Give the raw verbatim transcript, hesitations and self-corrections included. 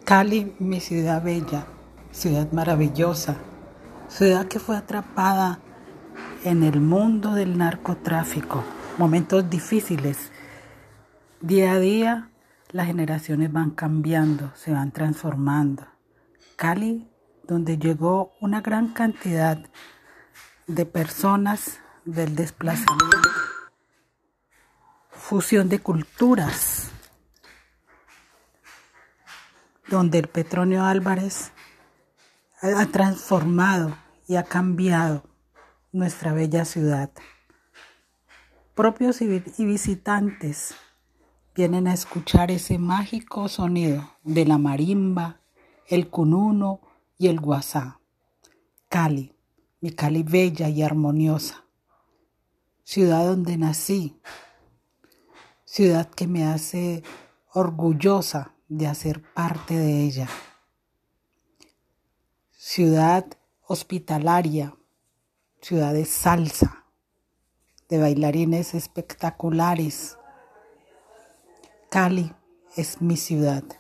Cali, mi ciudad bella, ciudad maravillosa, ciudad que fue atrapada en el mundo del narcotráfico, momentos difíciles. Día a día las generaciones van cambiando, se van transformando. Cali, donde llegó una gran cantidad de personas del desplazamiento, fusión de culturas, donde el Petronio Álvarez ha transformado y ha cambiado nuestra bella ciudad. Propios y visitantes vienen a escuchar ese mágico sonido de la marimba, el cununo y el guasá. Cali, mi Cali bella y armoniosa, ciudad donde nací, ciudad que me hace orgullosa de hacer parte de ella. Ciudad hospitalaria, ciudad de salsa, de bailarines espectaculares. Cali es mi ciudad.